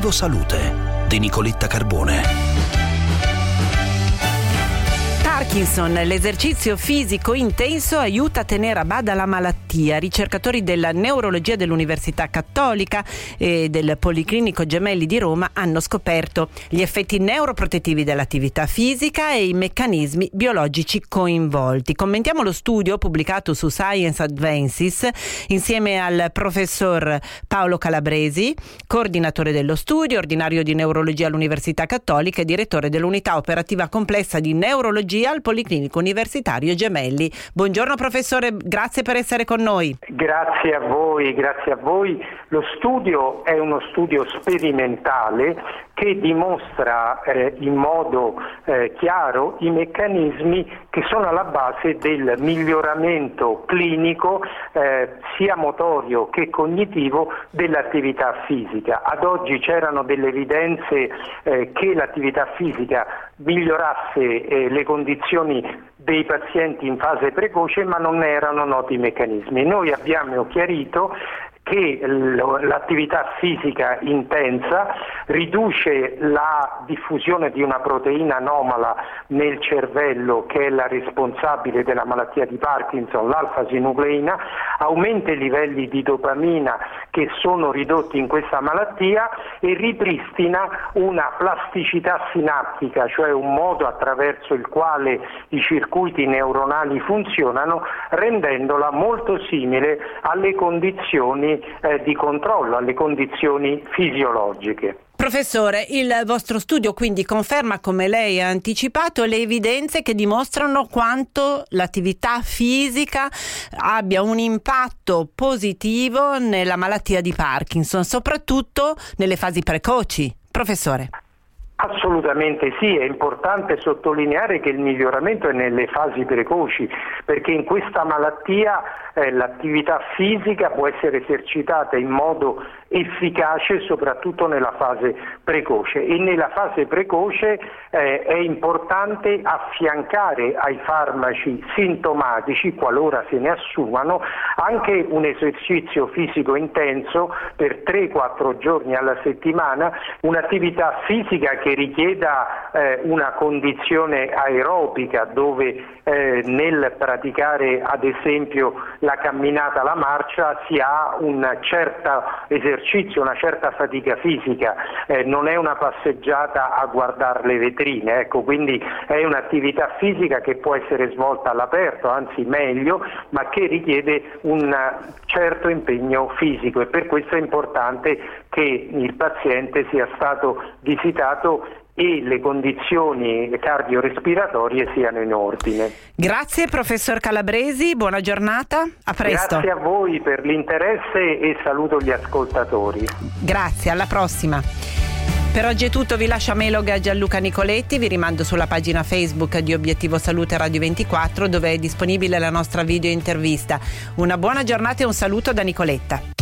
Obiettivo Salute di Nicoletta Carbone. Parkinson, l'esercizio fisico intenso aiuta a tenere a bada la malattia. Ricercatori della neurologia dell'Università Cattolica e del Policlinico Gemelli di Roma hanno scoperto gli effetti neuroprotettivi dell'attività fisica e i meccanismi biologici coinvolti. Commentiamo lo studio pubblicato su Science Advances insieme al professor Paolo Calabresi, coordinatore dello studio, ordinario di neurologia all'Università Cattolica e direttore dell'unità operativa complessa di neurologia al Policlinico Universitario Gemelli. Buongiorno professore, grazie per essere con noi. Grazie a voi. Lo studio è uno studio sperimentale che dimostra in modo chiaro i meccanismi che sono alla base del miglioramento clinico sia motorio che cognitivo dell'attività fisica. Ad oggi c'erano delle evidenze che l'attività fisica migliorasse le condizioni dei pazienti in fase precoce, ma non erano noti i meccanismi. Noi abbiamo chiarito che l'attività fisica intensa riduce la diffusione di una proteina anomala nel cervello che è la responsabile della malattia di Parkinson, l'alfa-sinucleina, aumenta i livelli di dopamina che sono ridotti in questa malattia e ripristina una plasticità sinaptica, cioè un modo attraverso il quale i circuiti neuronali funzionano, rendendola molto simile alle condizioni di controllo, alle condizioni fisiologiche. Professore, il vostro studio quindi conferma, come lei ha anticipato, le evidenze che dimostrano quanto l'attività fisica abbia un impatto positivo nella malattia di Parkinson, soprattutto nelle fasi precoci. Professore. Assolutamente sì, è importante sottolineare che il miglioramento è nelle fasi precoci, perché in questa malattia l'attività fisica può essere esercitata in modo efficace soprattutto nella fase precoce, e nella fase precoce è importante affiancare ai farmaci sintomatici, qualora se ne assumano, anche un esercizio fisico intenso per 3-4 giorni alla settimana, un'attività fisica che richieda una condizione aerobica, dove nel praticare ad esempio la camminata, la marcia, si ha un certo esercizio, una certa fatica fisica, non è una passeggiata a guardare le vetrine, ecco, quindi è un'attività fisica che può essere svolta all'aperto, anzi meglio, ma che richiede un certo impegno fisico, e per questo è importante che il paziente sia stato visitato e le condizioni cardiorespiratorie siano in ordine. Grazie professor Calabresi, buona giornata, a presto. Grazie a voi per l'interesse e saluto gli ascoltatori. Grazie, alla prossima. Per oggi è tutto, vi lascio a Meloga Gianluca Nicoletti, vi rimando sulla pagina Facebook di Obiettivo Salute Radio 24, dove è disponibile la nostra video intervista. Una buona giornata e un saluto da Nicoletta.